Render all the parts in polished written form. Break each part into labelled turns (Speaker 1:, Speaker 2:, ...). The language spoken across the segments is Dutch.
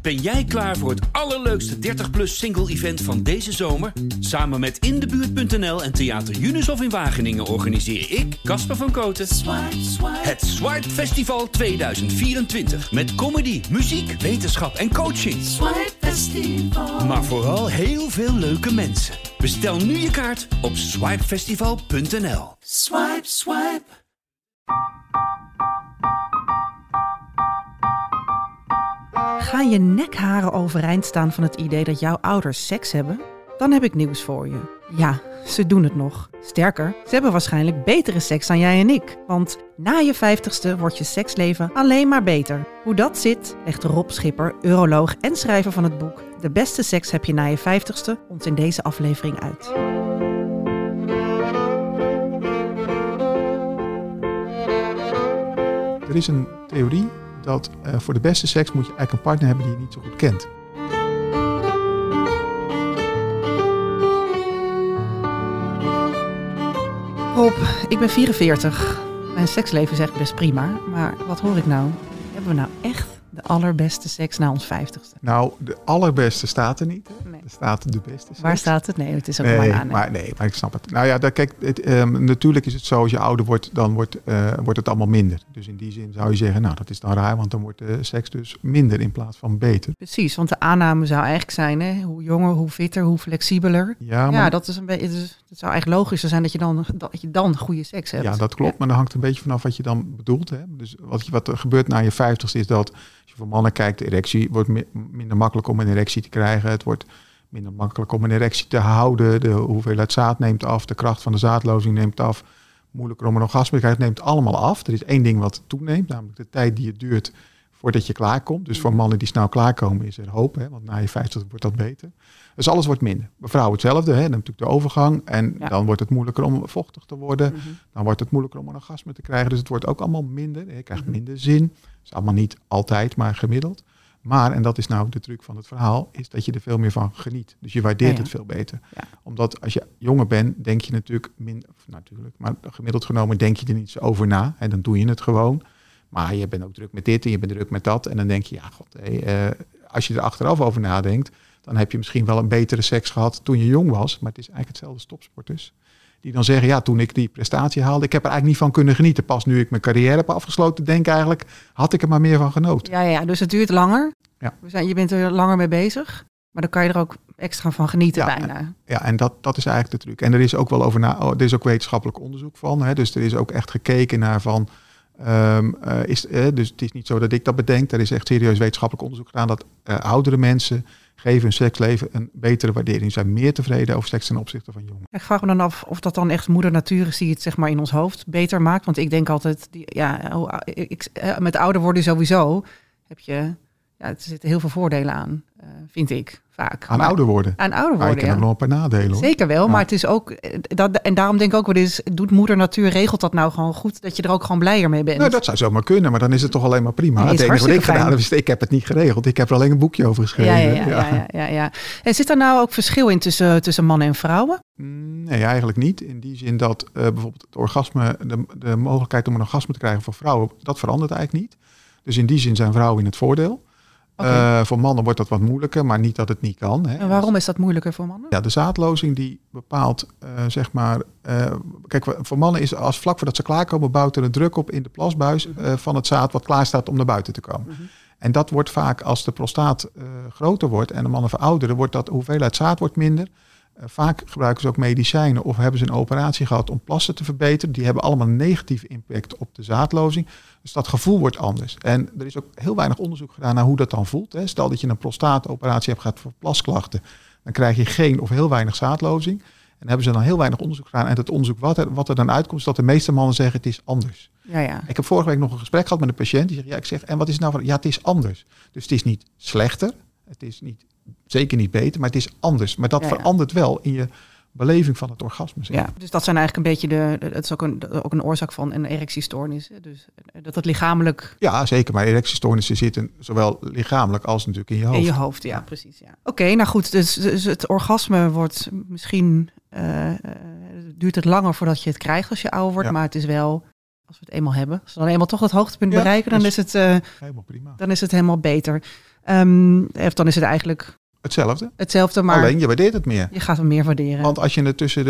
Speaker 1: Ben jij klaar voor het allerleukste 30-plus single-event van deze zomer? Samen met Indebuurt.nl en Theater Junushof in Wageningen organiseer ik, Casper van Kooten, het Swipe Festival 2024. Met comedy, muziek, wetenschap en coaching.
Speaker 2: Swipe Festival.
Speaker 1: Maar vooral heel veel leuke mensen. Bestel nu je kaart op swipefestival.nl.
Speaker 2: Swipe, swipe.
Speaker 3: Gaan je nekharen overeind staan van het idee dat jouw ouders seks hebben? Dan heb ik nieuws voor je. Ja, ze doen het nog. Sterker, ze hebben waarschijnlijk betere seks dan jij en ik. Want na je 50ste wordt je seksleven alleen maar beter. Hoe dat zit, legt Rob Schipper, uroloog en schrijver van het boek De beste seks heb je na je 50ste ons in deze aflevering uit.
Speaker 4: Er is een theorie dat voor de beste seks moet je eigenlijk een partner hebben die je niet zo goed kent.
Speaker 3: Rob, ik ben 44. Mijn seksleven is echt best prima. Maar wat hoor ik nou? Hebben we nou echt de allerbeste seks na ons 50ste?
Speaker 4: Nou, de allerbeste staat er niet.
Speaker 3: Nee.
Speaker 4: Er staat de beste seks.
Speaker 3: Waar staat het? Nee, het is ook maar aan.
Speaker 4: Maar ik snap het. Nou ja, kijk, natuurlijk is het zo, als je ouder wordt, dan wordt het allemaal minder. Dus in die zin zou je zeggen, nou, dat is dan raar, want dan wordt de seks dus minder in plaats van beter.
Speaker 3: Precies, want de aanname zou eigenlijk zijn, hè, hoe jonger, hoe fitter, hoe flexibeler.
Speaker 4: Ja, maar
Speaker 3: ja, dat is een beetje. Het zou eigenlijk logischer zijn dat je dan goede seks hebt.
Speaker 4: Ja, dat klopt, ja. Maar dan hangt een beetje vanaf wat je dan bedoelt. Hè? Dus wat er gebeurt na je 50ste is dat, als je voor mannen kijkt, de erectie wordt minder makkelijk om een erectie te krijgen. Het wordt minder makkelijk om een erectie te houden. De hoeveelheid zaad neemt af. De kracht van de zaadlozing neemt af. Moeilijker om een orgasme te krijgen. Het neemt allemaal af. Er is één ding wat toeneemt. Namelijk de tijd die het duurt voordat je klaarkomt. Dus voor mannen die snel klaarkomen is er hoop. Hè? Want na je 50 wordt dat beter. Dus alles wordt minder. Bij vrouwen hetzelfde. Hè? Dan natuurlijk de overgang. En dan wordt het moeilijker om vochtig te worden. Mm-hmm. Dan wordt het moeilijker om een orgasme te krijgen. Dus het wordt ook allemaal minder. Je krijgt minder zin. Dat is allemaal niet altijd, maar gemiddeld. Maar, en dat is nou de truc van het verhaal, is dat je er veel meer van geniet. Dus je waardeert het veel beter. Ja. Omdat als je jonger bent, denk je natuurlijk maar gemiddeld genomen denk je er niet zo over na. En dan doe je het gewoon. Maar je bent ook druk met dit en je bent druk met dat. En dan denk je, als je er achteraf over nadenkt, dan heb je misschien wel een betere seks gehad toen je jong was. Maar het is eigenlijk hetzelfde stopsporters. Die dan zeggen, ja, toen ik die prestatie haalde, ik heb er eigenlijk niet van kunnen genieten. Pas nu ik mijn carrière heb afgesloten, denk eigenlijk, had ik er maar meer van genoten.
Speaker 3: Ja, dus het duurt langer.
Speaker 4: Ja.
Speaker 3: Je bent er langer mee bezig, maar dan kan je er ook extra van genieten bijna.
Speaker 4: Ja, en dat is eigenlijk de truc. En er is ook wel er is ook wetenschappelijk onderzoek van. Hè, dus er is ook echt gekeken naar van, dus het is niet zo dat ik dat bedenk. Er is echt serieus wetenschappelijk onderzoek gedaan dat oudere mensen geven hun seksleven een betere waardering. Ze zijn meer tevreden over seks ten opzichte van jongeren.
Speaker 3: Ik vraag me dan af of dat dan echt moeder natuur is die het zeg maar in ons hoofd beter maakt. Want ik denk altijd, met ouder worden sowieso heb je, er zitten heel veel voordelen aan, vind ik vaak.
Speaker 4: Ouder worden?
Speaker 3: Aan ouder worden,
Speaker 4: ik ken ook nog een paar nadelen, hoor.
Speaker 3: Zeker wel, maar het is ook, en daarom denk ik ook wel eens, doet moeder natuur, regelt dat nou gewoon goed, dat je er ook gewoon blijer mee bent?
Speaker 4: Nou, dat zou zomaar kunnen, maar dan is het toch alleen maar prima. Het enige wat ik gedaan heb, is ik heb het niet geregeld. Ik heb er alleen een boekje over geschreven.
Speaker 3: Ja. En zit er nou ook verschil in tussen mannen en vrouwen?
Speaker 4: Nee, eigenlijk niet. In die zin dat bijvoorbeeld het orgasme, de mogelijkheid om een orgasme te krijgen voor vrouwen, dat verandert eigenlijk niet. Dus in die zin zijn vrouwen in het voordeel. Okay. Voor mannen wordt dat wat moeilijker, maar niet dat het niet kan. Hè.
Speaker 3: En waarom is dat moeilijker voor mannen?
Speaker 4: Ja, de zaadlozing die bepaalt, kijk, voor mannen is als vlak voordat ze klaarkomen, bouwt er een druk op in de plasbuis van het zaad wat klaar staat om naar buiten te komen. Mm-hmm. En dat wordt vaak, als de prostaat groter wordt en de mannen verouderen, wordt dat hoeveelheid zaad wordt minder. Vaak gebruiken ze ook medicijnen of hebben ze een operatie gehad om plassen te verbeteren. Die hebben allemaal een negatieve impact op de zaadlozing. Dus dat gevoel wordt anders. En er is ook heel weinig onderzoek gedaan naar hoe dat dan voelt. Hè. Stel dat je een prostaatoperatie hebt gehad voor plasklachten. Dan krijg je geen of heel weinig zaadlozing. En hebben ze dan heel weinig onderzoek gedaan. En het onderzoek wat er dan uitkomt, is dat de meeste mannen zeggen het is anders.
Speaker 3: Ja.
Speaker 4: Ik heb vorige week nog een gesprek gehad met een patiënt. Die zegt, en wat is het nou van? Ja, het is anders. Dus het is niet slechter. Het is zeker niet beter, maar het is anders. Maar dat verandert wel in je beleving van het orgasme.
Speaker 3: Ja, dus dat zijn eigenlijk een beetje het is ook een oorzaak van een erectiestoornis. Dus dat het lichamelijk.
Speaker 4: Ja, zeker. Maar erectiestoornissen zitten zowel lichamelijk als natuurlijk in je hoofd.
Speaker 3: In je hoofd, ja, precies. Ja. Oké, nou goed. Dus het orgasme wordt misschien duurt het langer voordat je het krijgt als je ouder wordt, maar het is wel, als we het eenmaal hebben, als we dan eenmaal toch het hoogtepunt bereiken, dan is het helemaal
Speaker 4: prima.
Speaker 3: Dan is het helemaal beter. Of dan is het eigenlijk
Speaker 4: hetzelfde,
Speaker 3: maar
Speaker 4: alleen je waardeert het meer.
Speaker 3: Je gaat hem meer waarderen.
Speaker 4: Want als je het tussen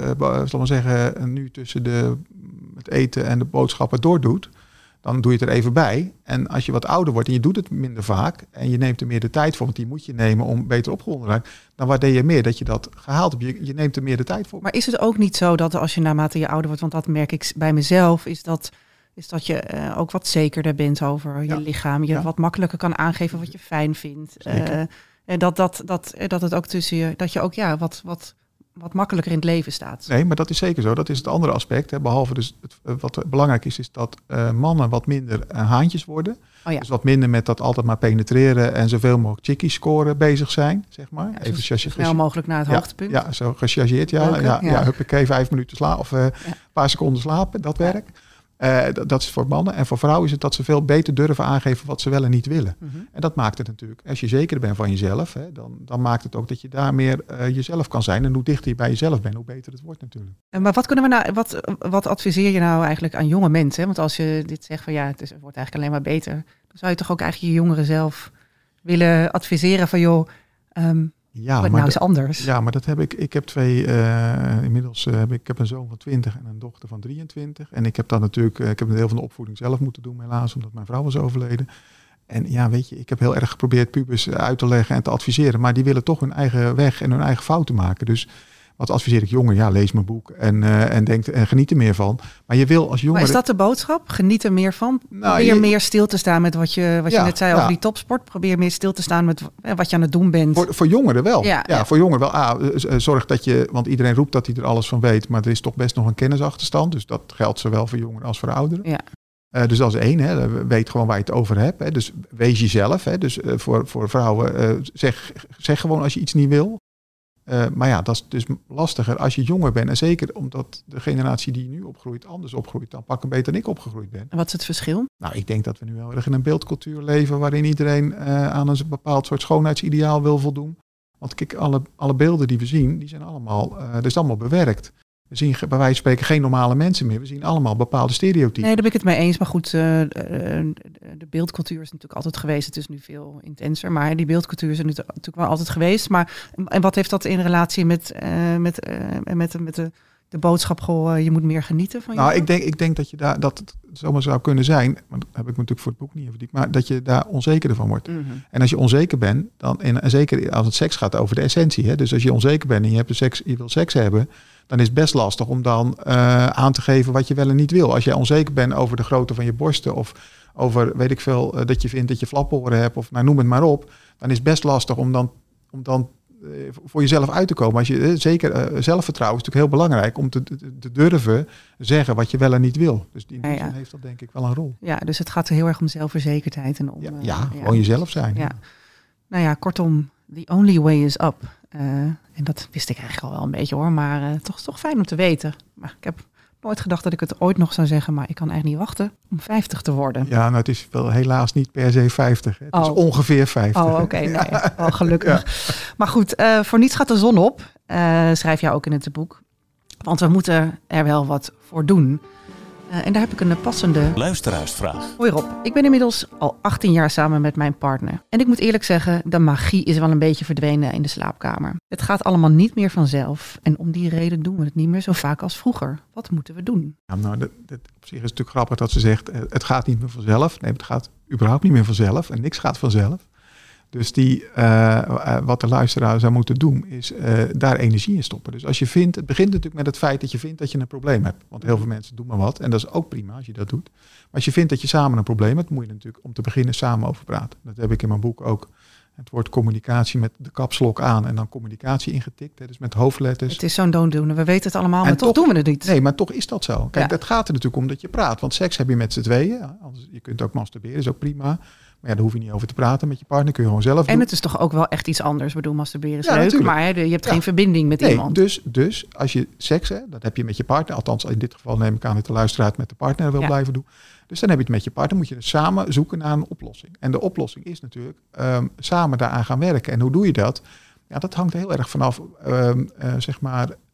Speaker 4: het eten en de boodschappen doordoet, dan doe je het er even bij. En als je wat ouder wordt en je doet het minder vaak en je neemt er meer de tijd voor, want die moet je nemen om beter opgewonden te raken, dan waardeer je meer dat je dat gehaald hebt. Je neemt er meer de tijd voor.
Speaker 3: Maar is het ook niet zo dat als je naarmate je ouder wordt, want dat merk ik bij mezelf, is dat je ook wat zekerder bent over je lichaam. Je wat makkelijker kan aangeven wat je fijn vindt. En dat het ook tussen je, dat je ook wat makkelijker in het leven staat.
Speaker 4: Nee, maar dat is zeker zo. Dat is het andere aspect. Hè. Behalve dus wat belangrijk is dat mannen wat minder haantjes worden. Oh ja. Dus wat minder met dat altijd maar penetreren en zoveel mogelijk chickies scoren bezig zijn, zeg maar.
Speaker 3: Ja, even zo snel mogelijk naar het hoogtepunt.
Speaker 4: Ja, zo gechargeerd. Huppakee, 5 minuten slapen of een paar seconden slapen, dat werk. Dat is voor mannen. En voor vrouwen is het dat ze veel beter durven aangeven wat ze wel en niet willen. Mm-hmm. En dat maakt het natuurlijk, als je zeker bent van jezelf, dan maakt het ook dat je daar meer jezelf kan zijn. En hoe dichter je bij jezelf bent, hoe beter het wordt natuurlijk.
Speaker 3: Maar wat adviseer je nou eigenlijk aan jonge mensen? Hè? Want als je dit zegt van het wordt eigenlijk alleen maar beter, dan zou je toch ook eigenlijk je jongeren zelf willen adviseren van nou is anders.
Speaker 4: Ja, maar dat heb ik. Ik heb inmiddels ik heb een zoon van 20 en een dochter van 23. En ik heb dan natuurlijk, ik heb een deel van de opvoeding zelf moeten doen helaas, omdat mijn vrouw was overleden. En ja, weet je, ik heb heel erg geprobeerd pubers uit te leggen en te adviseren, maar die willen toch hun eigen weg en hun eigen fouten maken. Dus wat adviseer ik jongeren? Ja, lees mijn boek en geniet er meer van. Maar je wil als jongere...
Speaker 3: Maar is dat de boodschap? Geniet er meer van? Probeer meer stil te staan met wat je net zei over die topsport. Probeer meer stil te staan met wat je aan het doen bent.
Speaker 4: Voor jongeren wel. Ja, voor jongeren wel. Zorg dat je... Want iedereen roept dat hij er alles van weet. Maar er is toch best nog een kennisachterstand. Dus dat geldt zowel voor jongeren als voor ouderen. Ja. Dus dat is 1. Hè. Weet gewoon waar je het over hebt. Hè. Dus wees jezelf. Hè. Dus voor vrouwen zeg gewoon als je iets niet wil. Maar ja, dat is dus lastiger als je jonger bent. En zeker omdat de generatie die nu opgroeit anders opgroeit dan pakken beter dan ik opgegroeid ben.
Speaker 3: En wat is het verschil?
Speaker 4: Nou, ik denk dat we nu wel erg in een beeldcultuur leven waarin iedereen aan een bepaald soort schoonheidsideaal wil voldoen. Want kijk, alle beelden die we zien, die zijn allemaal, dat is allemaal bewerkt. We zien bij wijze van spreken geen normale mensen meer. We zien allemaal bepaalde stereotypen.
Speaker 3: Nee, daar ben ik het mee eens. Maar goed, de beeldcultuur is natuurlijk altijd geweest. Het is nu veel intenser. Maar die beeldcultuur is er natuurlijk wel altijd geweest. Maar en wat heeft dat in relatie met de boodschap, je moet meer genieten van je?
Speaker 4: Nou, ik denk dat je dat het zomaar zou kunnen zijn. Maar dat heb ik me natuurlijk voor het boek niet verdiept. Maar dat je daar onzekerder van wordt. Mm-hmm. En als je onzeker bent, en zeker als het seks gaat over de essentie. Hè, dus als je onzeker bent en je wil seks hebben, dan is het best lastig om dan aan te geven wat je wel en niet wil. Als jij onzeker bent over de grootte van je borsten of over, weet ik veel, dat je vindt dat je flaporen hebt of noem het maar op, dan is het best lastig om dan voor jezelf uit te komen. Als je zeker zelfvertrouwen is natuurlijk heel belangrijk om te durven zeggen wat je wel en niet wil. Dus in die zin heeft dat denk ik wel een rol.
Speaker 3: Ja, dus het gaat heel erg om zelfverzekerdheid en om
Speaker 4: gewoon jezelf zijn.
Speaker 3: Ja. Nou ja, kortom, the only way is up. En dat wist ik eigenlijk al wel een beetje hoor, maar toch fijn om te weten. Maar ik heb nooit gedacht dat ik het ooit nog zou zeggen, maar ik kan eigenlijk niet wachten om 50 te worden. Ja,
Speaker 4: nou het is wel helaas niet per se 50. Hè. Het is ongeveer 50.
Speaker 3: Oh, oké. Nee, wel gelukkig. Ja. Maar goed, voor niets gaat de zon op, schrijf jij ook in het boek. Want we moeten er wel wat voor doen. En daar heb ik een passende
Speaker 1: luisteraarsvraag.
Speaker 3: Hoi Rob, ik ben inmiddels al 18 jaar samen met mijn partner. En ik moet eerlijk zeggen, de magie is wel een beetje verdwenen in de slaapkamer. Het gaat allemaal niet meer vanzelf. En om die reden doen we het niet meer zo vaak als vroeger. Wat moeten we doen?
Speaker 4: Ja, nou, op zich is het natuurlijk grappig dat ze zegt, het gaat niet meer vanzelf. Nee, het gaat überhaupt niet meer vanzelf. En niks gaat vanzelf. Dus wat de luisteraar zou moeten doen, is daar energie in stoppen. Dus als je vindt, het begint natuurlijk met het feit dat je vindt dat je een probleem hebt. Want heel veel mensen doen maar wat. En dat is ook prima als je dat doet. Maar als je vindt dat je samen een probleem hebt, moet je er natuurlijk om te beginnen samen over praten. Dat heb ik in mijn boek ook. Het woord communicatie met de kapslok aan en dan communicatie ingetikt. Hè, dus met hoofdletters.
Speaker 3: Het is zo'n dooddoener. We weten het allemaal, maar toch doen we het niet.
Speaker 4: Nee, maar toch is dat zo. Kijk, het gaat er natuurlijk om dat je praat. Want seks heb je met z'n tweeën. Je kunt ook masturberen, is ook prima. Maar ja, daar hoef je niet over te praten met je partner. Kun je gewoon zelf doen.
Speaker 3: En het is toch ook wel echt iets anders. Ik bedoel, masturberen is leuk, natuurlijk. Maar je hebt geen verbinding met iemand.
Speaker 4: Dus als je seks hebt, dat heb je met je partner. Althans, in dit geval neem ik aan dat de luisteraar het met de partner wil blijven doen. Dus dan heb je het met je partner. Moet je samen zoeken naar een oplossing. En de oplossing is natuurlijk samen daaraan gaan werken. En hoe doe je dat? Ja, dat hangt heel erg vanaf, zeg maar,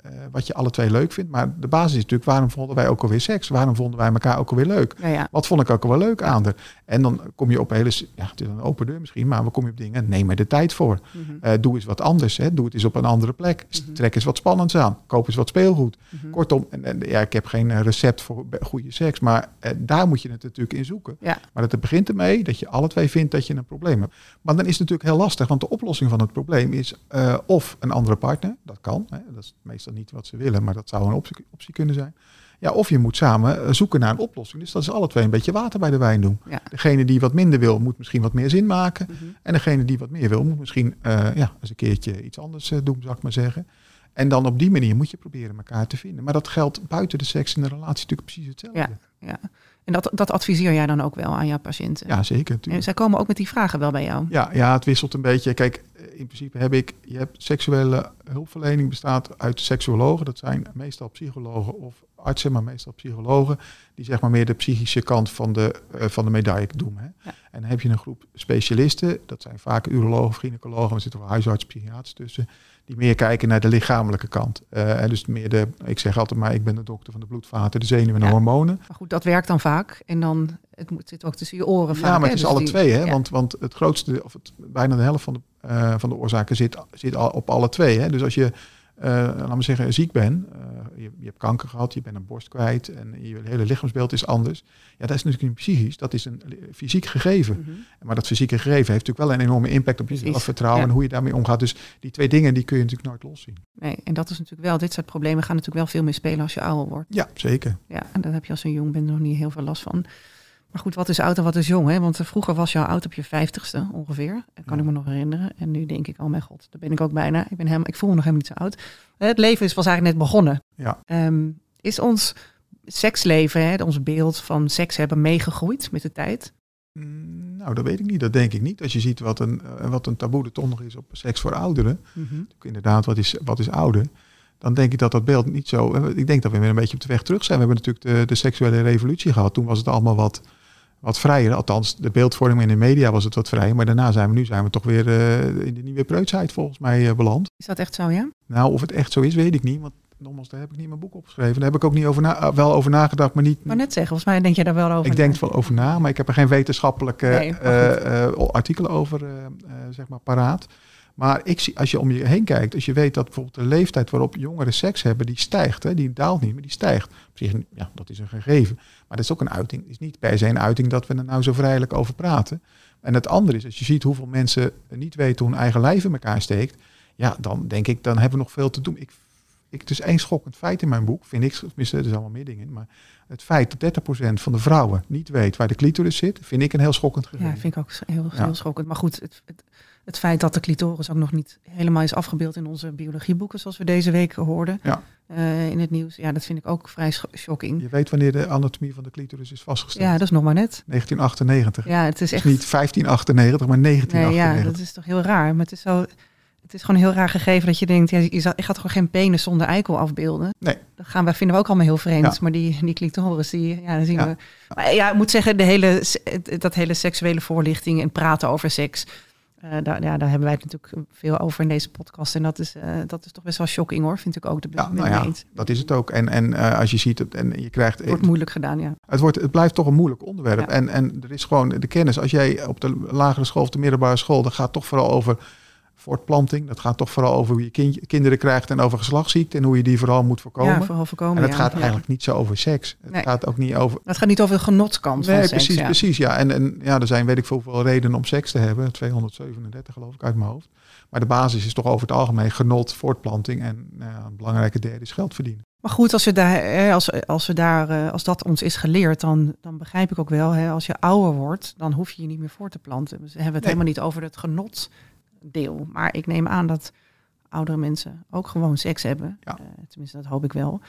Speaker 4: wat je alle twee leuk vindt. Maar de basis is natuurlijk, waarom vonden wij ook alweer seks? Waarom vonden wij elkaar ook alweer leuk?
Speaker 3: Ja.
Speaker 4: Wat vond ik ook alweer leuk aan er? En dan kom je op hele... Ja, het is een open deur misschien, maar we kom je op dingen. Neem er de tijd voor. Doe eens wat anders. Hè. Doe het eens op een andere plek. Trek eens wat spannends aan. Koop eens wat speelgoed. Kortom, ik heb geen recept voor goede seks. Maar daar moet je het natuurlijk in zoeken.
Speaker 3: Ja.
Speaker 4: Maar het begint ermee dat je alle twee vindt dat je een probleem hebt. Maar dan is het natuurlijk heel lastig. Want de oplossing van het probleem is of een andere partner. Dat kan. Hè. Dat is meestal niet wat ze willen. Maar dat zou een optie kunnen zijn. Ja, of je moet samen zoeken naar een oplossing. Dus dat is alle twee een beetje water bij de wijn doen. Ja. Degene die wat minder wil, moet misschien wat meer zin maken. En degene die wat meer wil, moet misschien eens een keertje iets anders doen, zou ik maar zeggen. En dan op die manier moet je proberen elkaar te vinden. Maar dat geldt buiten de seks in de relatie natuurlijk precies hetzelfde.
Speaker 3: Ja. En dat adviseer jij dan ook wel aan jouw patiënten?
Speaker 4: Ja, zeker.
Speaker 3: En zij komen ook met die vragen wel bij jou?
Speaker 4: Ja, het wisselt een beetje. Kijk, in principe je hebt seksuele hulpverlening bestaat uit seksuologen. Dat zijn meestal psychologen of artsen, maar meestal psychologen. Die zeg maar meer de psychische kant van de medaille doen. Hè. Ja. En dan heb je een groep specialisten. Dat zijn vaak urologen, gynaecologen. Maar er zitten wel huisartsen, psychiaters tussen. Die meer kijken naar de lichamelijke kant. En dus meer ik zeg altijd maar, ik ben de dokter van de bloedvaten, de zenuwen en de hormonen.
Speaker 3: Maar goed, dat werkt dan vaak. En dan, zit ook tussen je oren vaak.
Speaker 4: Ja, maar het is
Speaker 3: dus
Speaker 4: alle twee. Hè? Ja. Want het grootste, bijna de helft van de oorzaken zit al op alle twee. Hè? Dus als je, laten we zeggen, ziek bent, je hebt kanker gehad, je bent een borst kwijt en je hele lichaamsbeeld is anders. Ja, dat is natuurlijk niet psychisch, dat is een fysiek gegeven. Maar dat fysieke gegeven heeft natuurlijk wel een enorme impact op je zelfvertrouwen en hoe je daarmee omgaat. Dus die twee dingen, die kun je natuurlijk nooit loszien.
Speaker 3: Nee, en dat is natuurlijk wel, dit soort problemen gaan natuurlijk wel veel meer spelen als je ouder wordt.
Speaker 4: Ja, zeker.
Speaker 3: Ja, en daar heb je als een jong bent nog niet heel veel last van. Maar goed, wat is oud en wat is jong? Hè? Want vroeger was jouw oud op je 50ste ongeveer. Dat kan ik me nog herinneren. En nu denk ik, oh mijn god, daar ben ik ook bijna. Ik voel me nog helemaal niet zo oud. Het leven was eigenlijk net begonnen.
Speaker 4: Ja.
Speaker 3: Is ons seksleven, ons beeld van seks hebben meegegroeid met de tijd?
Speaker 4: Nou, dat weet ik niet. Dat denk ik niet. Als je ziet wat een taboe er toch nog is op seks voor ouderen. Inderdaad, wat is ouder? Dan denk ik dat beeld niet zo... Ik denk dat we weer een beetje op de weg terug zijn. We hebben natuurlijk de seksuele revolutie gehad. Toen was het allemaal wat vrijer. Althans, de beeldvorming in de media was het wat vrijer. Maar daarna zijn we toch weer in de nieuwe preutsheid volgens mij beland.
Speaker 3: Is dat echt zo, ja?
Speaker 4: Nou, of het echt zo is, weet ik niet. Want nogmaals, daar heb ik niet in mijn boek opgeschreven. Daar heb ik ook niet wel over nagedacht, maar niet...
Speaker 3: Maar net zeggen, volgens mij denk je daar wel over
Speaker 4: Ik denk er wel over na, maar ik heb er geen wetenschappelijke artikelen over zeg maar paraat. Maar als je om je heen kijkt, als je weet dat bijvoorbeeld de leeftijd waarop jongeren seks hebben, die stijgt. Hè, die daalt niet, maar die stijgt. Op zich, ja, dat is een gegeven. Maar dat is ook een uiting. Het is niet per se een uiting dat we er nou zo vrijelijk over praten. En het andere is, als je ziet hoeveel mensen niet weten hoe hun eigen lijf in elkaar steekt. Ja, dan denk ik, dan hebben we nog veel te doen. Het is één schokkend feit in mijn boek, vind ik. Tenminste, er zijn allemaal meer dingen in. Maar het feit dat 30% van de vrouwen niet weet waar de clitoris zit, vind ik een heel schokkend gegeven.
Speaker 3: Ja, vind ik ook heel schokkend. Maar goed, het feit dat de clitoris ook nog niet helemaal is afgebeeld in onze biologieboeken, zoals we deze week hoorden in het nieuws. Ja, dat vind ik ook vrij shocking.
Speaker 4: Je weet wanneer de anatomie van de clitoris is vastgesteld.
Speaker 3: Ja, dat is nog maar net.
Speaker 4: 1998.
Speaker 3: Ja, het is echt...
Speaker 4: Dus niet 1598, maar 1998.
Speaker 3: Nee, ja, dat is toch heel raar. Maar het is gewoon een heel raar gegeven dat je denkt, ja, je gaat gewoon geen penis zonder eikel afbeelden. Nee. Dat vinden we ook allemaal heel vreemd. Ja. Maar die clitoris, dat zien we. Maar ja, ik moet zeggen, dat hele seksuele voorlichting en praten over seks, daar hebben wij het natuurlijk veel over in deze podcast. En dat is toch best wel shocking hoor, vind ik ook.
Speaker 4: Dat is het ook. En als je ziet het en je krijgt...
Speaker 3: Het wordt moeilijk gedaan, ja.
Speaker 4: Het blijft toch een moeilijk onderwerp. Ja. En er is gewoon de kennis. Als jij op de lagere school of de middelbare school, dan gaat het toch vooral over voortplanting. Dat gaat toch vooral over hoe je kinderen krijgt en over geslachtsziekten en hoe je die vooral moet voorkomen.
Speaker 3: Ja, vooral voorkomen.
Speaker 4: En het gaat eigenlijk niet zo over seks. Het gaat ook niet over...
Speaker 3: Het gaat niet over de genotskant van seks.
Speaker 4: Precies. Ja. En er zijn weet ik veel redenen om seks te hebben. 237 geloof ik uit mijn hoofd. Maar de basis is toch over het algemeen genot, voortplanting en een belangrijke derde is geld verdienen.
Speaker 3: Maar goed, als dat ons is geleerd, dan begrijp ik ook wel, als je ouder wordt, dan hoef je je niet meer voor te planten. Dus we hebben het helemaal niet over het genot deel. Maar ik neem aan oudere mensen ook gewoon seks hebben. Ja. Tenminste, dat hoop ik wel.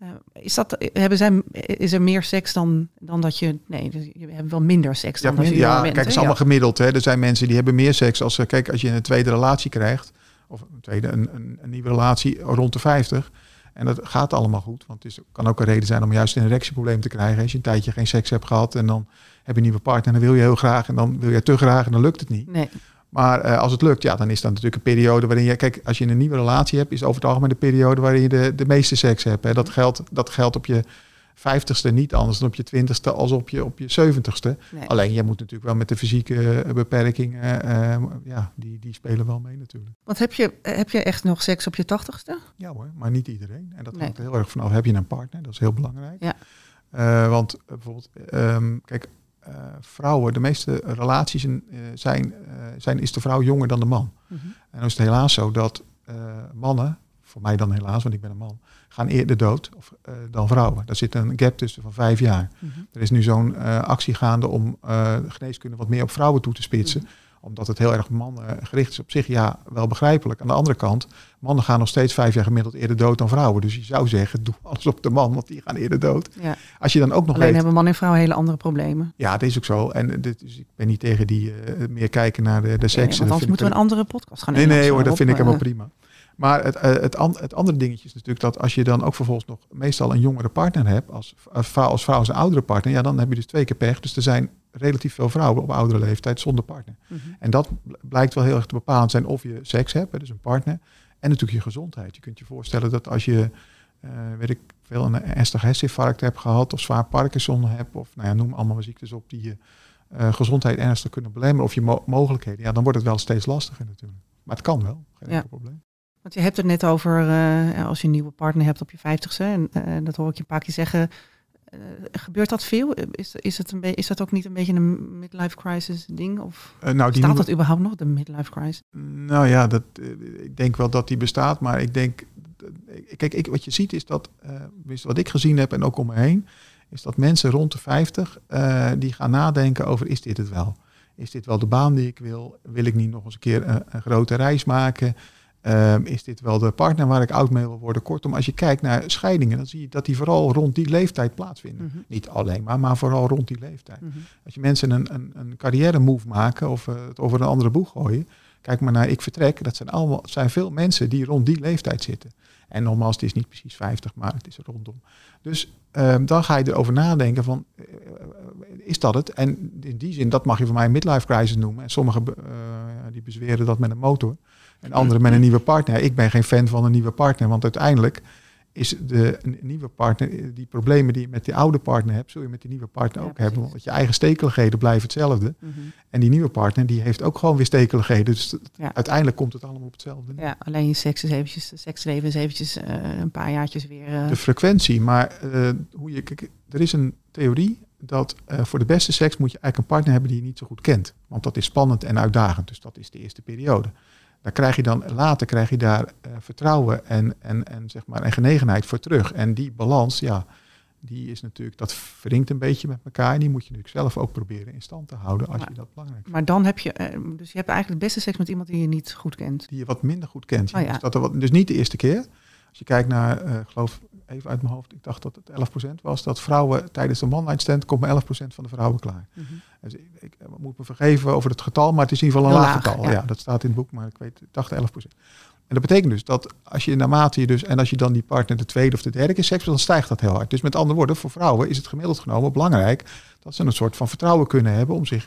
Speaker 3: Is er meer seks dan dat je... Nee, je hebt wel minder seks dan als je jonger bent.
Speaker 4: Kijk, het is allemaal gemiddeld. Hè. Er zijn mensen die hebben meer seks als je een tweede relatie krijgt. Of een nieuwe relatie rond de 50. En dat gaat allemaal goed. Want het kan ook een reden zijn om juist een erectieprobleem te krijgen. Als je een tijdje geen seks hebt gehad en dan heb je een nieuwe partner en dan wil je heel graag en dan wil je te graag en dan lukt het niet.
Speaker 3: Nee.
Speaker 4: Maar als het lukt, dan is dat natuurlijk een periode waarin je... Kijk, als je een nieuwe relatie hebt, is over het algemeen de periode waarin je de meeste seks hebt. Hè. Dat geldt op je 50ste niet anders dan op je 20ste als op je 70ste. Nee. Alleen, je moet natuurlijk wel met de fysieke beperkingen... die spelen wel mee natuurlijk.
Speaker 3: Want heb je echt nog seks op je 80ste?
Speaker 4: Ja hoor, maar niet iedereen. En dat hangt heel erg vanaf. Heb je een partner? Dat is heel belangrijk. Ja. Want bijvoorbeeld, kijk... vrouwen, de meeste relaties is de vrouw jonger dan de man. Mm-hmm. En dan is het helaas zo dat mannen, voor mij dan helaas, want ik ben een man, gaan eerder dood dan vrouwen. Daar zit een gap tussen van 5 jaar. Mm-hmm. Er is nu zo'n actie gaande om geneeskunde wat meer op vrouwen toe te spitsen. Mm-hmm. Omdat het heel erg mannengericht is. Op zich wel begrijpelijk. Aan de andere kant, mannen gaan nog steeds 5 jaar gemiddeld eerder dood dan vrouwen. Dus je zou zeggen, doe alles op de man, want die gaan eerder dood. Ja. Als je dan ook nog
Speaker 3: Alleen hebben man en vrouw hele andere problemen.
Speaker 4: Ja, dat is ook zo. En dus ik ben niet tegen die meer kijken naar de seks.
Speaker 3: Want anders moeten we een andere podcast gaan nemen.
Speaker 4: Nee hoor, dat vind ik helemaal prima. Maar het andere dingetje is natuurlijk dat als je dan ook vervolgens nog meestal een jongere partner hebt, als vrouw als een oudere partner, dan heb je dus 2 keer pech. Dus er zijn relatief veel vrouwen op oudere leeftijd zonder partner. Mm-hmm. En dat blijkt wel heel erg te bepalend zijn of je seks hebt, dus een partner, en natuurlijk je gezondheid. Je kunt je voorstellen dat als je, een ernstig herseninfarct hebt gehad, of zwaar Parkinson hebt, of noem allemaal ziektes op die je gezondheid ernstig kunnen belemmeren, of je mogelijkheden, dan wordt het wel steeds lastiger natuurlijk. Maar het kan wel, geen enkel probleem.
Speaker 3: Want je hebt het net over als je een nieuwe partner hebt op je 50ste. En dat hoor ik je een paar keer zeggen. Gebeurt dat veel? Is dat ook niet een beetje een midlife crisis ding? Of bestaat dat überhaupt nog, de midlife crisis?
Speaker 4: Nou ja, ik denk wel dat die bestaat. Maar ik denk... Kijk, wat je ziet is dat... wat ik gezien heb en ook om me heen... is dat mensen rond de 50... die gaan nadenken over, is dit het wel? Is dit wel de baan die ik wil? Wil ik niet nog eens een keer een grote reis maken? Is dit wel de partner waar ik oud mee wil worden? Kortom, als je kijkt naar scheidingen, dan zie je dat die vooral rond die leeftijd plaatsvinden. Mm-hmm. Niet alleen maar vooral rond die leeftijd. Mm-hmm. Als je mensen een carrière move maken of het over een andere boeg gooien, kijk maar naar Ik Vertrek, dat zijn veel mensen die rond die leeftijd zitten. En nogmaals, het is niet precies 50, maar het is er rondom. Dus dan ga je erover nadenken van, is dat het? En in die zin, dat mag je voor mij een midlife crisis noemen. En sommigen die bezweren dat met een motor. En anderen met een nieuwe partner. Ik ben geen fan van een nieuwe partner, want uiteindelijk is de nieuwe partner, die problemen die je met die oude partner hebt, zul je met die nieuwe partner ook hebben. Want je eigen stekeligheden blijven hetzelfde. Mm-hmm. En die nieuwe partner, die heeft ook gewoon weer stekeligheden. Dus uiteindelijk komt het allemaal op hetzelfde.
Speaker 3: Ja, alleen je seksleven is eventjes een paar jaartjes weer...
Speaker 4: De frequentie, maar er is een theorie dat voor de beste seks moet je eigenlijk een partner hebben die je niet zo goed kent. Want dat is spannend en uitdagend. Dus dat is de eerste periode. Later krijg je daar vertrouwen en genegenheid voor terug. En die balans, die is natuurlijk, dat wringt een beetje met elkaar. En die moet je natuurlijk zelf ook proberen in stand te houden als je dat belangrijk vindt.
Speaker 3: Maar dan heb je, dus je hebt eigenlijk het beste seks met iemand die je niet goed kent.
Speaker 4: Die je wat minder goed kent. Dus niet de eerste keer. Als je kijkt naar, ik geloof even uit mijn hoofd, ik dacht dat het 11% was, dat vrouwen tijdens de one-night stand komt maar 11% van de vrouwen klaar. Mm-hmm. Dus ik moet me vergeven over het getal, maar het is in ieder geval een laag getal. Ja, dat staat in het boek, maar ik dacht 11%. En dat betekent dus dat als je naarmate je dus, en als je dan die partner de tweede of de derde keer seks hebt, dan stijgt dat heel hard. Dus met andere woorden, voor vrouwen is het gemiddeld genomen belangrijk dat ze een soort van vertrouwen kunnen hebben om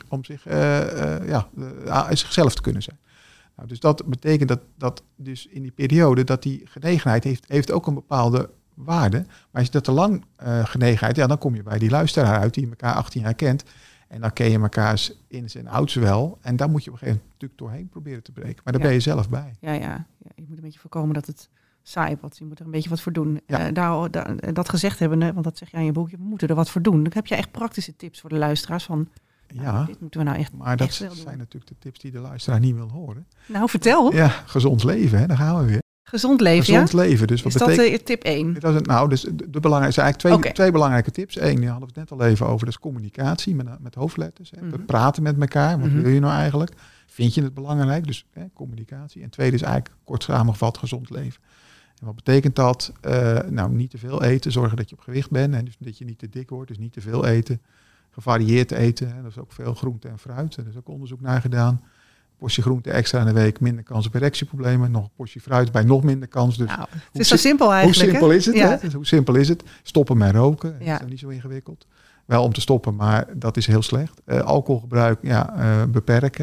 Speaker 4: zichzelf te kunnen zijn. Nou, dus dat betekent dat dus in die periode dat die genegenheid heeft ook een bepaalde waarde. Maar als je dat te lang genegenheid, dan kom je bij die luisteraar uit die elkaar 18 jaar kent. En dan ken je elkaars ins en outs wel. En daar moet je op een gegeven moment natuurlijk doorheen proberen te breken. Maar daar ben je zelf bij.
Speaker 3: Ja, je moet een beetje voorkomen dat het saai wordt. Je moet er een beetje wat voor doen. Ja. Dat gezegd hebben, want dat zeg jij in je boek, we moeten er wat voor doen. Dan heb je echt praktische tips voor de luisteraars van... dit moeten we nou echt.
Speaker 4: Maar dat zijn natuurlijk de tips die de luisteraar niet wil horen.
Speaker 3: Nou, vertel.
Speaker 4: Ja, gezond leven, daar gaan we weer.
Speaker 3: Gezond leven,
Speaker 4: gezond leven. Dus wat
Speaker 3: is
Speaker 4: betekent,
Speaker 3: dat tip 1?
Speaker 4: Dus de belangrijkste, eigenlijk twee belangrijke tips. Eén, die hadden we het net al even over, dat is communicatie met hoofdletters. Hè. Mm-hmm. Praten met elkaar. Wat wil je nou eigenlijk? Vind je het belangrijk? Dus communicatie. En tweede is eigenlijk kort samengevat gezond leven. En wat betekent dat? Niet te veel eten. Zorgen dat je op gewicht bent. En dus dat je niet te dik wordt. Dus niet te veel eten. Gevarieerd eten. Hè. Dat is ook veel groente en fruit. Er is ook onderzoek naar gedaan. Portie groente extra in de week, minder kans op erectieproblemen. Nog een portie fruit bij nog minder kans. Dus
Speaker 3: het is zo simpel eigenlijk.
Speaker 4: Hoe simpel is het? Ja. Hè? Hoe simpel is het? Stoppen met roken. Dat is niet zo ingewikkeld. Wel om te stoppen, maar dat is heel slecht. Alcoholgebruik, beperken.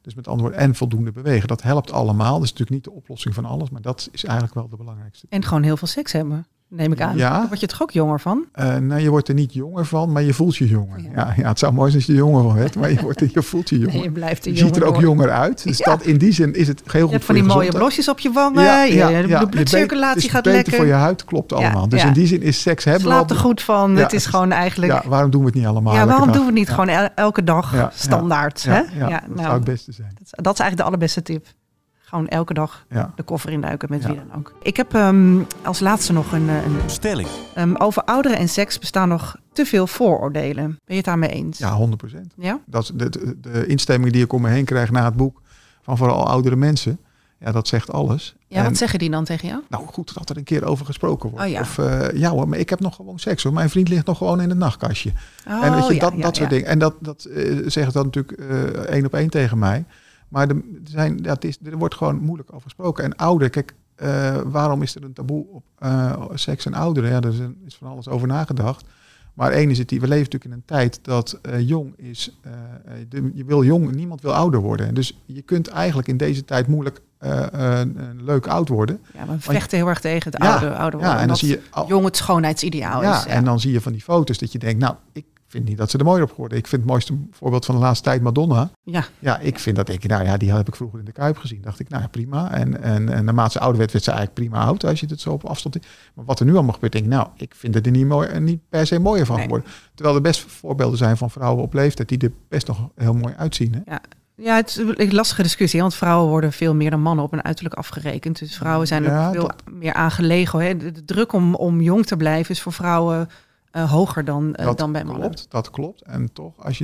Speaker 4: Dus met andere woorden, en voldoende bewegen. Dat helpt allemaal. Dat is natuurlijk niet de oplossing van alles, maar dat is eigenlijk wel de belangrijkste.
Speaker 3: En gewoon heel veel seks hebben, neem ik aan.
Speaker 4: Ja.
Speaker 3: Daar word je toch ook jonger van?
Speaker 4: Nou, je wordt er niet jonger van, maar je voelt je jonger. Ja, het zou mooi zijn als je er jonger van werd, maar je voelt je jonger.
Speaker 3: Nee, je blijft
Speaker 4: je ziet er ook jonger uit. Dus dat, in die zin is het heel goed.
Speaker 3: Je hebt van die mooie blosjes op je wangen. De bloedcirculatie gaat lekker.
Speaker 4: Het is beter voor je huid, klopt allemaal. Dus in die zin is seks hebben.
Speaker 3: Slaapt er goed van. Het is gewoon eigenlijk...
Speaker 4: Ja, waarom doen we het niet allemaal?
Speaker 3: Ja, waarom doen we het niet gewoon elke dag standaard?
Speaker 4: Dat zou het beste zijn.
Speaker 3: Dat is eigenlijk de allerbeste tip. Gewoon elke dag de koffer induiken met wie dan ook. Ik heb als laatste nog een
Speaker 5: stelling.
Speaker 3: Over ouderen en seks bestaan nog te veel vooroordelen. Ben je het daarmee eens?
Speaker 4: Ja, 100%.
Speaker 3: Ja?
Speaker 4: Dat is de instemming die ik om me heen krijg na het boek van vooral oudere mensen. Ja, dat zegt alles.
Speaker 3: Ja, wat zeggen die dan tegen jou?
Speaker 4: Nou, goed dat er een keer over gesproken wordt.
Speaker 3: Oh, ja.
Speaker 4: Of hoor, maar ik heb nog gewoon seks hoor. Mijn vriend ligt nog gewoon in het nachtkastje. En weet je, dat soort dingen. En dat zeggen dan natuurlijk 1 op 1 tegen mij. Maar er wordt gewoon moeilijk over gesproken. En ouder, kijk, waarom is er een taboe op seks en ouderen? Ja, er is van alles over nagedacht. Maar één is het, we leven natuurlijk in een tijd dat jong is. Je wil jong, niemand wil ouder worden. Dus je kunt eigenlijk in deze tijd moeilijk leuk oud worden.
Speaker 3: Ja, we vechten heel erg tegen het ouder worden.
Speaker 4: Ja, en dan zie je
Speaker 3: jong het schoonheidsideaal is. Ja.
Speaker 4: En dan zie je van die foto's dat je denkt, nou, ik vind niet dat ze er mooier op geworden. Ik vind het mooiste voorbeeld van de laatste tijd Madonna. Ja, ik vind dat die heb ik vroeger in de Kuip gezien. Dacht ik, nou ja, prima. En naarmate ze ouder werd ze eigenlijk prima oud als je het zo op afstand. Maar wat er nu allemaal gebeurt, denk ik, nou, ik vind het er niet per se mooier van geworden. Terwijl er best voorbeelden zijn van vrouwen op leeftijd die er best nog heel mooi uitzien. Hè?
Speaker 3: Ja, het is een lastige discussie, want vrouwen worden veel meer dan mannen op een uiterlijk afgerekend. Dus vrouwen zijn ook veel meer aangelegen. Hè? De druk om jong te blijven is voor vrouwen hoger dan bij mannen.
Speaker 4: Dat klopt. En toch, als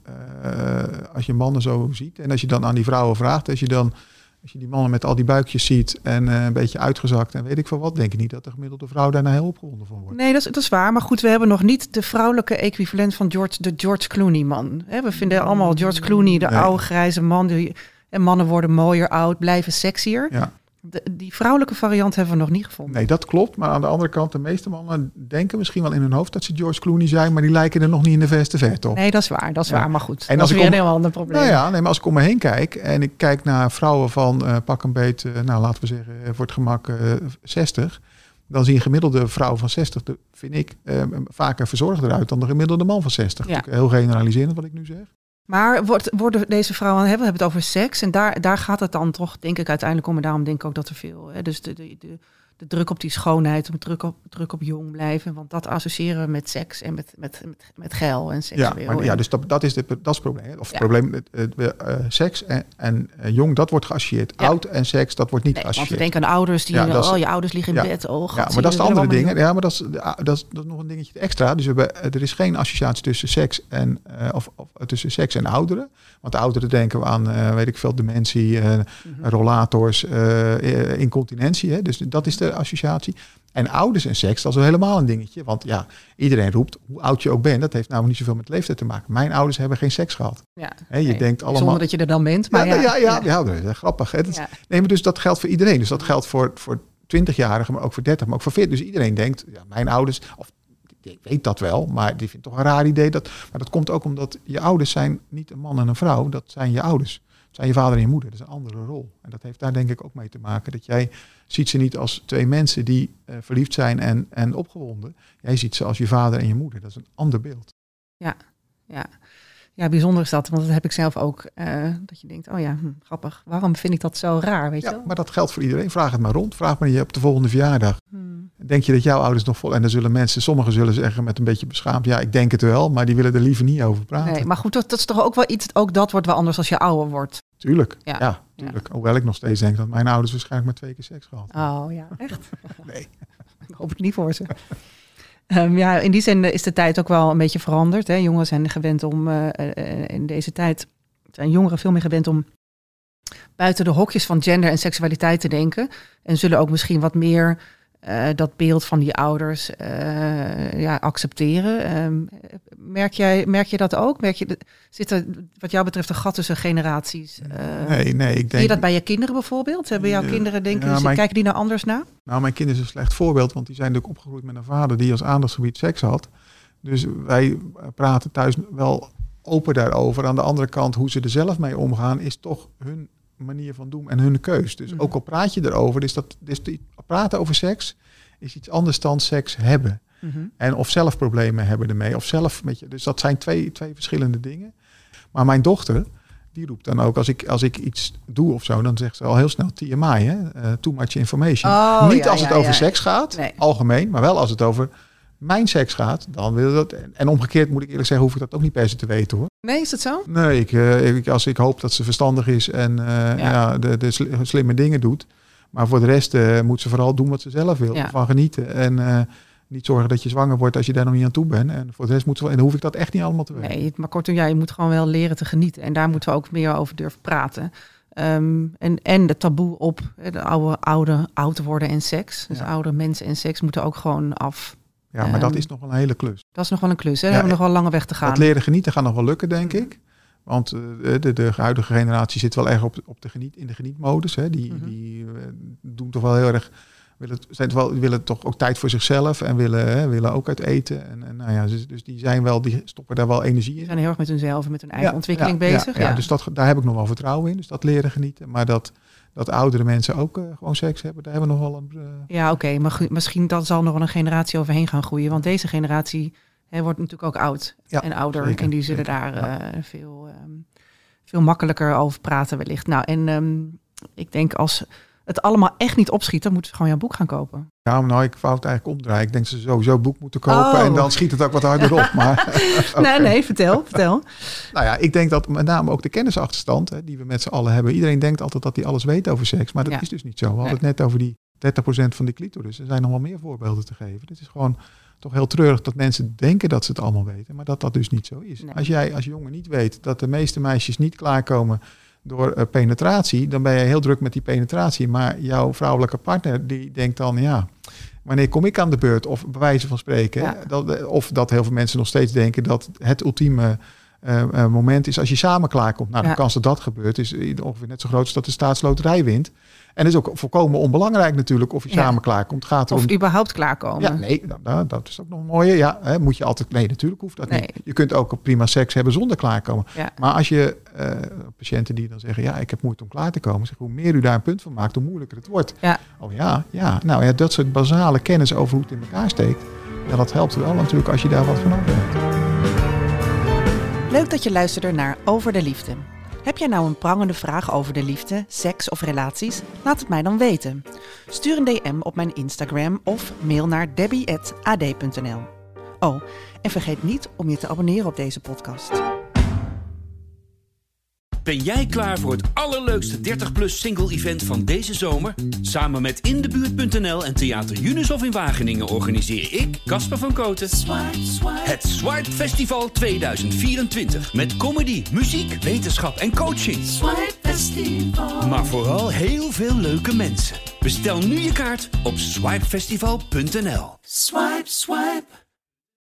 Speaker 4: je mannen zo ziet en als je dan aan die vrouwen vraagt, als je die mannen met al die buikjes ziet en een beetje uitgezakt en weet ik veel wat, denk ik niet dat de gemiddelde vrouw daarna heel opgewonden van wordt.
Speaker 3: Nee, dat is waar. Maar goed, we hebben nog niet de vrouwelijke equivalent van de George Clooney man. We vinden allemaal George Clooney de oude grijze man. En mannen worden mooier, oud, blijven sexier. Ja. Die vrouwelijke variant hebben we nog niet gevonden.
Speaker 4: Nee, dat klopt. Maar aan de andere kant, de meeste mannen denken misschien wel in hun hoofd dat ze George Clooney zijn, maar die lijken er nog niet in de verste verte op.
Speaker 3: Nee, dat is waar. waar. Maar goed,
Speaker 4: en
Speaker 3: dat is weer een heel ander probleem.
Speaker 4: Maar als ik om me heen kijk en ik kijk naar vrouwen van pak een beet, laten we zeggen, voor het gemak 60, dan zie je een gemiddelde vrouw van 60, vind ik, vaker verzorgder uit dan de gemiddelde man van 60. Ja. Heel generaliserend wat ik nu zeg.
Speaker 3: Maar worden deze vrouwen, we hebben het over seks en daar gaat het dan toch, denk ik, uiteindelijk om. En daarom denk ik ook dat er veel, dus de druk op die schoonheid, de druk op jong blijven, want dat associëren we met seks en met geil en seksueel.
Speaker 4: Ja, dus dat is het probleem. Of het probleem, seks en jong, dat wordt geassocieerd. Ja. Oud en seks, dat wordt niet geassocieerd.
Speaker 3: Want we denken aan ouders die, je ouders liggen in bed. Oh, God,
Speaker 4: maar dat is de andere dingen. Ja, maar dat is nog een dingetje extra. Dus er is geen associatie tussen seks en tussen seks en ouderen. Want de ouderen denken we aan, weet ik veel, dementie, rollators, incontinentie. Hè? Dus dat is de associatie. En ouders en seks, dat is wel helemaal een dingetje. Want iedereen roept, hoe oud je ook bent, dat heeft namelijk niet zoveel met leeftijd te maken. Mijn ouders hebben geen seks gehad. Ja, je denkt allemaal,
Speaker 3: zonder dat je er dan bent. Maar
Speaker 4: dat is grappig. Hè? Nee, maar dus dat geldt voor iedereen. Dus dat geldt voor 20-jarigen, maar ook voor 30, maar ook voor 40. Dus iedereen denkt, mijn ouders, of ik weet dat wel, maar die vindt toch een raar idee. Maar dat komt ook omdat je ouders zijn niet een man en een vrouw, dat zijn je ouders. Dat zijn je vader en je moeder. Dat is een andere rol. En dat heeft daar denk ik ook mee te maken. Dat jij ziet ze niet als twee mensen die verliefd zijn en opgewonden. Jij ziet ze als je vader en je moeder. Dat is een ander beeld.
Speaker 3: Ja, bijzonder is dat, want dat heb ik zelf ook. Dat je denkt, grappig. Waarom vind ik dat zo raar, weet je wel?
Speaker 4: Maar dat geldt voor iedereen. Vraag het maar rond. Vraag maar je op de volgende verjaardag. Denk je dat jouw ouders nog vol... En dan zullen mensen, sommigen zullen zeggen met een beetje beschaamd, ja, ik denk het wel, maar die willen er liever niet over praten.
Speaker 3: Nee, maar goed, dat is toch ook wel iets, ook dat wordt wel anders als je ouder wordt.
Speaker 4: Tuurlijk, ja, tuurlijk. Hoewel ik nog steeds denk dat mijn ouders waarschijnlijk maar 2 keer seks gehad hebben.
Speaker 3: Oh ja, echt?
Speaker 4: Nee.
Speaker 3: Ik hoop het niet voor ze. In die zin is de tijd ook wel een beetje veranderd. Hè. Jongeren zijn gewend om, in deze tijd zijn jongeren veel meer gewend om buiten de hokjes van gender en seksualiteit te denken. En zullen ook misschien wat meer dat beeld van die ouders accepteren. Merk je dat ook? Zit er wat jou betreft een gat tussen generaties?
Speaker 4: Nee, ik denk...
Speaker 3: Zie je dat bij je kinderen bijvoorbeeld? Hebben jouw kinderen kijken die nou anders naar?
Speaker 4: Nou, mijn kinderen is een slecht voorbeeld, want die zijn natuurlijk opgegroeid met een vader die als aandachtsgebied seks had. Dus wij praten thuis wel open daarover. Aan de andere kant, hoe ze er zelf mee omgaan, is toch hun manier van doen en hun keus. Dus ook al praat je erover, praten over seks is iets anders dan seks hebben. En of zelf problemen hebben ermee, of zelf met je. Dus dat zijn twee verschillende dingen. Maar mijn dochter, die roept dan ook, als ik iets doe of zo, dan zegt ze al heel snel TMI, too much information. Niet als het over seks gaat, algemeen, maar wel als het over mijn seks gaat, dan wil dat. En omgekeerd moet ik eerlijk zeggen, hoef ik dat ook niet per se te weten, hoor.
Speaker 3: Nee, is dat zo?
Speaker 4: Nee, als ik hoop dat ze verstandig is en de slimme dingen doet. Maar voor de rest moet ze vooral doen wat ze zelf wil, van genieten. En niet zorgen dat je zwanger wordt als je daar nog niet aan toe bent. En voor de rest en dan hoef ik dat echt niet allemaal te weten.
Speaker 3: Nee, maar kortom, je moet gewoon wel leren te genieten. En daar moeten we ook meer over durven praten. En de taboe op de oud worden en seks. Dus oude mensen en seks moeten ook gewoon af.
Speaker 4: Ja, maar dat is nog wel een hele klus.
Speaker 3: Dat is nog wel een klus, hè? Daar hebben we nog wel lange weg te gaan.
Speaker 4: Dat leren genieten gaat nog wel lukken, denk ik. Want de huidige generatie zit wel erg op in de genietmodus. Hè. Die doen toch wel heel erg. Willen toch ook tijd voor zichzelf en willen ook uit eten. Dus die stoppen daar wel energie in.
Speaker 3: Ze zijn heel erg met hunzelf en met hun eigen ontwikkeling bezig.
Speaker 4: Ja, dus daar heb ik nog wel vertrouwen in. Dus dat leren genieten. Maar dat oudere mensen ook gewoon seks hebben, daar hebben we nog wel een.
Speaker 3: Ja, oké. Maar misschien dan zal nog wel een generatie overheen gaan groeien. Want deze generatie wordt natuurlijk ook oud en ouder. Zeker, en die zullen daar veel makkelijker over praten wellicht. Nou, en ik denk als het allemaal echt niet opschiet, dan moeten ze gewoon jouw boek gaan kopen. Ja,
Speaker 4: maar ik wou het eigenlijk omdraaien. Ik denk dat ze sowieso een boek moeten kopen en dan schiet het ook wat harder op. Maar,
Speaker 3: Nee, vertel. Nou
Speaker 4: ja, ik denk dat met name ook de kennisachterstand die we met z'n allen hebben. Iedereen denkt altijd dat hij alles weet over seks, maar dat is dus niet zo. We hadden het net over die 30% van die clitoris. Er zijn nog wel meer voorbeelden te geven. Het is gewoon toch heel treurig dat mensen denken dat ze het allemaal weten, maar dat dus niet zo is. Nee. Als jij als jongen niet weet dat de meeste meisjes niet klaarkomen door penetratie, dan ben je heel druk met die penetratie. Maar jouw vrouwelijke partner, die denkt dan, wanneer kom ik aan de beurt? Of bij wijze van spreken. Of dat heel veel mensen nog steeds denken dat het ultieme moment is als je samen klaarkomt. Nou, de kans dat dat gebeurt is ongeveer net zo groot als dat de staatsloterij wint. En het is ook volkomen onbelangrijk natuurlijk of je samen klaarkomt. Gaat
Speaker 3: of überhaupt klaarkomen.
Speaker 4: Ja, nee, dat is ook nog een mooie. Ja, moet je altijd. Nee, natuurlijk hoeft dat niet. Je kunt ook prima seks hebben zonder klaarkomen. Ja. Maar als je patiënten die dan zeggen, ik heb moeite om klaar te komen. Zeg, hoe meer u daar een punt van maakt, hoe moeilijker het wordt. Ja. Oh ja. Nou ja, dat soort basale kennis over hoe het in elkaar steekt. Ja, dat helpt wel natuurlijk als je daar wat van over hebt.
Speaker 3: Leuk dat je luisterde naar Over de Liefde. Heb jij nou een prangende vraag over de liefde, seks of relaties? Laat het mij dan weten. Stuur een DM op mijn Instagram of mail naar debbie@ad.nl. Oh, en vergeet niet om je te abonneren op deze podcast.
Speaker 1: Ben jij klaar voor het allerleukste 30-plus single-event van deze zomer? Samen met Indebuurt.nl en Theater Junushof in Wageningen organiseer ik, Casper van Koten, het Swipe Festival 2024. Met comedy, muziek, wetenschap en coaching.
Speaker 2: Swipe Festival.
Speaker 1: Maar vooral heel veel leuke mensen. Bestel nu je kaart op swipefestival.nl.
Speaker 2: Swipe, swipe.